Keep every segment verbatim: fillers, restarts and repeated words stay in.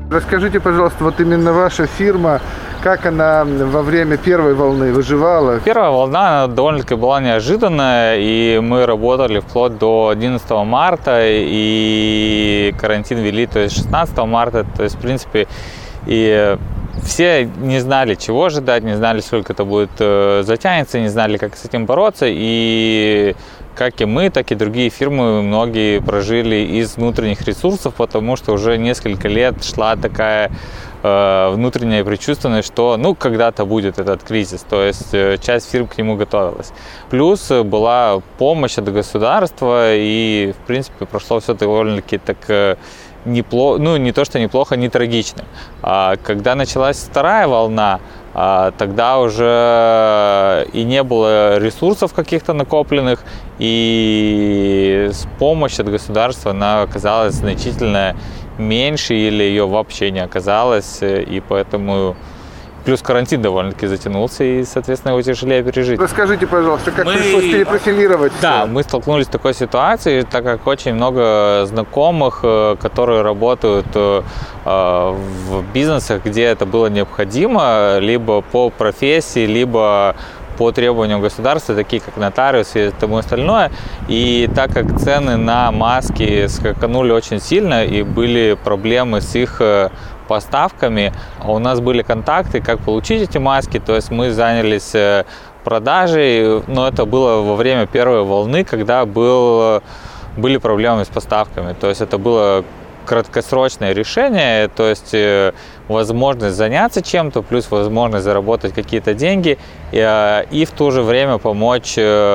Расскажите, пожалуйста, вот именно ваша фирма, как она во время первой волны выживала? Первая волна, она довольно-таки была неожиданная, и мы работали вплоть до одиннадцатого марта, и карантин ввели, то есть шестнадцатого марта, то есть, в принципе, и все не знали, чего ожидать, не знали, сколько это будет э, затянется, не знали, как с этим бороться, и как и мы, так и другие фирмы, многие прожили из внутренних ресурсов, потому что уже несколько лет шла такая э, внутренняя предчувствие, что ну когда-то будет этот кризис, то есть э, часть фирм к нему готовилась. Плюс была помощь от государства, и в принципе прошло все довольно-таки так э, неплохо, ну не то что неплохо, не трагично. А когда началась вторая волна, а, тогда уже и не было ресурсов каких-то накопленных, и помощь от государства она оказалась значительно меньше или ее вообще не оказалось, и поэтому плюс карантин довольно-таки затянулся, и, соответственно, его тяжелее пережить. Расскажите, пожалуйста, как мы... пришлось перепрофилировать? Да, мы столкнулись с такой ситуацией, так как очень много знакомых, которые работают в бизнесах, где это было необходимо, либо по профессии, либо по требованиям государства, такие как нотариус и тому остальное. И так как цены на маски скаканули очень сильно и были проблемы с их поставками, у нас были контакты, как получить эти маски, то есть мы занялись продажей, но это было во время первой волны, когда был, были проблемы с поставками, то есть это было краткосрочное решение, то есть возможность заняться чем-то, плюс возможность заработать какие-то деньги и, и в то же время помочь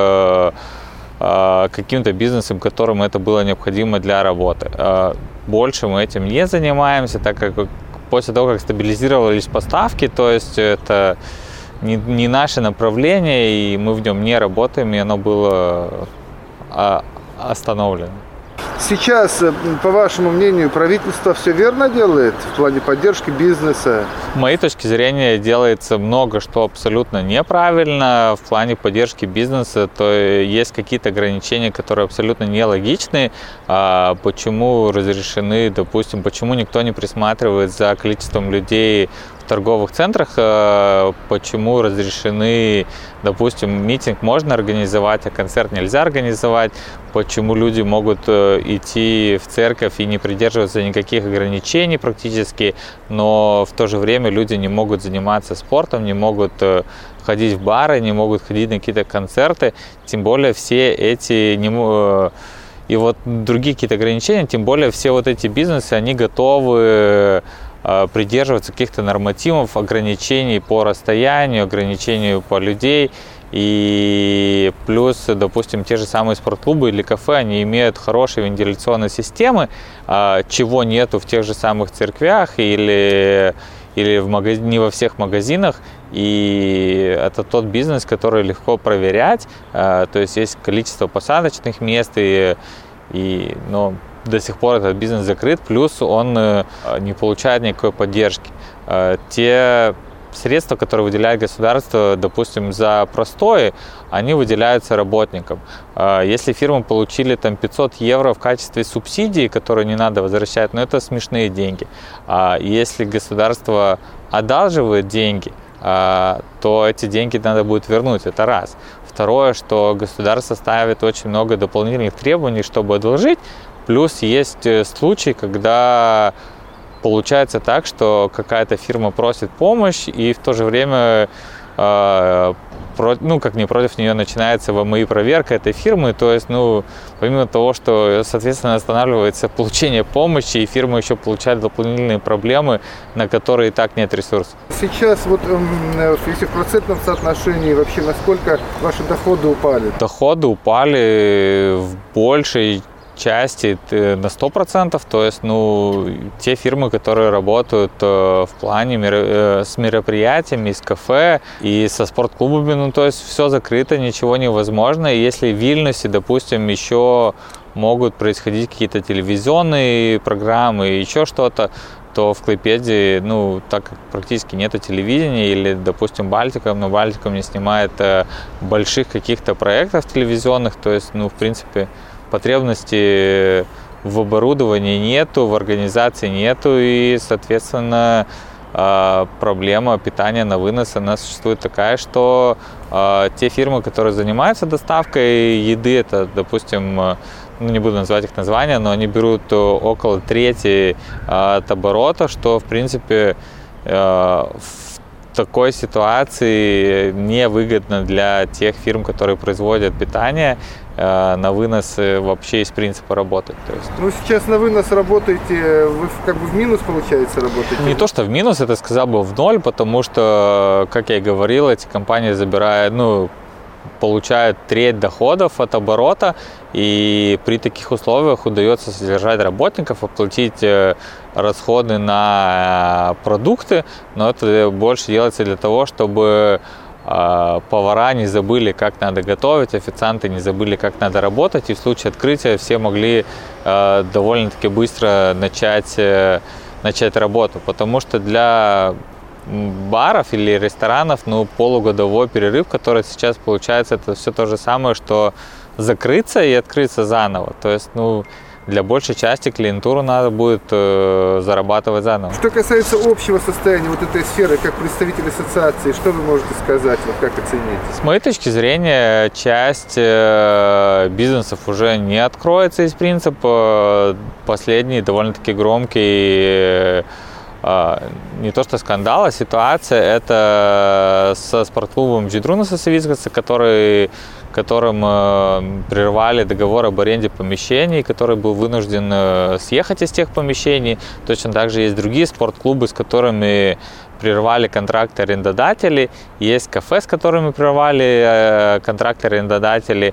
каким-то бизнесам, которым это было необходимо для работы. Больше мы этим не занимаемся, так как после того, как стабилизировались поставки, то есть это не, не наше направление, и мы в нем не работаем, и оно было остановлено. Сейчас, по вашему мнению, правительство все верно делает в плане поддержки бизнеса? С моей точки зрения, делается много что абсолютно неправильно в плане поддержки бизнеса. То есть какие-то ограничения, которые абсолютно нелогичны. А почему разрешены, допустим, почему никто не присматривает за количеством людей в торговых центрах, почему разрешены, допустим, митинг можно организовать, а концерт нельзя организовать, почему люди могут идти в церковь и не придерживаться никаких ограничений практически, но в то же время люди не могут заниматься спортом, не могут ходить в бары, не могут ходить на какие-то концерты, тем более все эти не и вот другие какие-то ограничения, тем более все вот эти бизнесы, они готовы придерживаться каких-то нормативов, ограничений по расстоянию, ограничений по людей. И плюс, допустим, те же самые спортклубы или кафе, они имеют хорошие вентиляционные системы, чего нету в тех же самых церквях или, или в магаз... не во всех магазинах. И это тот бизнес, который легко проверять. То есть есть количество посадочных мест, и, и но до сих пор этот бизнес закрыт, плюс он не получает никакой поддержки. Те средства, которые выделяет государство, допустим, за простое, они выделяются работникам. Если фирмы получили там пятьсот евро в качестве субсидии, которые не надо возвращать, но это смешные деньги. Если государство одалживает деньги, то эти деньги надо будет вернуть, это раз. Второе, что государство ставит очень много дополнительных требований, чтобы одолжить. Плюс есть случаи, когда получается так, что какая-то фирма просит помощь, и в то же время, э, про, ну, как не против нее начинается ВМИ проверка этой фирмы. То есть, ну, помимо того, что, соответственно, останавливается получение помощи, и фирма еще получает дополнительные проблемы, на которые и так нет ресурсов. Сейчас, вот, если в процентном соотношении, вообще, насколько ваши доходы упали? Доходы упали в большей части на сто процентов, то есть, ну, те фирмы, которые работают в плане меро... с мероприятиями, с кафе и со спортклубами, ну, то есть все закрыто, ничего невозможно. И если в Вильнюсе, допустим, еще могут происходить какие-то телевизионные программы, еще что-то, то в Клайпеде, ну, так как практически нету телевидения, или, допустим, Балтиком, но Балтиком не снимает больших каких-то проектов телевизионных, то есть, ну, в принципе, потребности в оборудовании нету, в организации нету, и, соответственно, проблема питания на вынос, она существует такая, что те фирмы, которые занимаются доставкой еды, это, допустим, ну, не буду называть их названия, но они берут около трети от оборота, что, в принципе, в такой ситуации невыгодно для тех фирм, которые производят питание, на вынос вообще из принципа работать. То есть... Ну, сейчас на вынос работаете, вы как бы в минус, получается, работаете? Не то, что в минус, это сказал бы в ноль, потому что, как я и говорил, эти компании забирают, ну, получают треть доходов от оборота, и при таких условиях удается содержать работников, оплатить расходы на продукты, но это больше делается для того, чтобы повара не забыли, как надо готовить, официанты не забыли, как надо работать, и в случае открытия все могли довольно-таки быстро начать, начать работу, потому что для баров или ресторанов, ну, полугодовой перерыв, который сейчас получается, это все то же самое, что закрыться и открыться заново. То есть, ну, для большей части клиентуру надо будет э, зарабатывать заново. Что касается общего состояния вот этой сферы, как представитель ассоциации, что вы можете сказать, вот как оценить? С моей точки зрения, часть э, бизнесов уже не откроется из принципа. Последний довольно-таки громкий э, не то что скандал, а ситуация, это со спортклубом Žydrūnas Savickas, который которым э, прервали договор об аренде помещений, который был вынужден э, съехать из тех помещений. Точно так же есть другие спортклубы, с которыми прервали контракты арендодатели, есть кафе, с которыми прервали э, контракты арендодатели.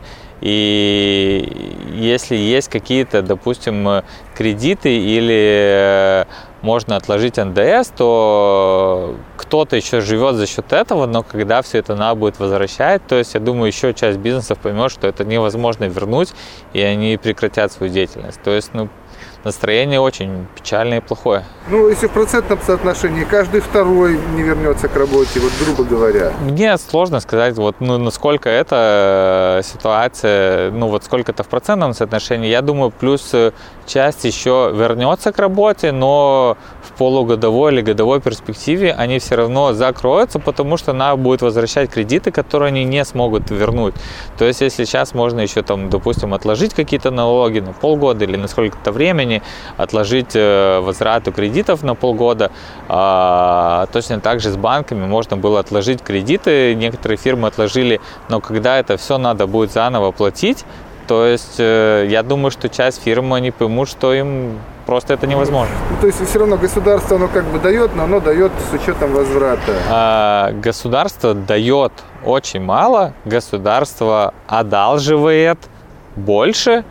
И если есть какие-то, допустим, кредиты или можно отложить эн дэ эс, то кто-то еще живет за счет этого, но когда все это надо будет возвращать, то есть я думаю, еще часть бизнесов поймет, что это невозможно вернуть, и они прекратят свою деятельность. То есть, ну, настроение очень печальное и плохое. Ну, если в процентном соотношении каждый второй не вернется к работе, вот грубо говоря. Мне сложно сказать, вот, ну, насколько эта ситуация, ну, вот сколько это в процентном соотношении. Я думаю, плюс часть еще вернется к работе, но в полугодовой или годовой перспективе они все равно закроются, потому что надо будет возвращать кредиты, которые они не смогут вернуть. То есть, если сейчас можно еще, там, допустим, отложить какие-то налоги на полгода или на сколько-то времени, отложить возврату кредитов на полгода. А, точно так же с банками можно было отложить кредиты, некоторые фирмы отложили, но когда это все надо будет заново платить, то есть я думаю, что часть фирм они поймут, что им просто это невозможно. То есть все равно государство оно как бы дает, но оно дает с учетом возврата. А, государство дает очень мало, государство одалживает больше,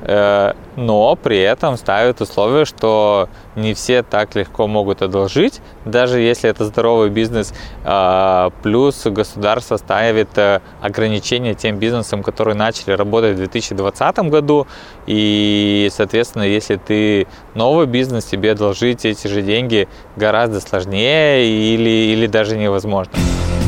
но при этом ставит условие, что не все так легко могут одолжить, даже если это здоровый бизнес. Плюс государство ставит ограничения тем бизнесам, которые начали работать в две тысячи двадцатом году. И, соответственно, если ты новый бизнес, тебе одолжить эти же деньги гораздо сложнее или, или даже невозможно.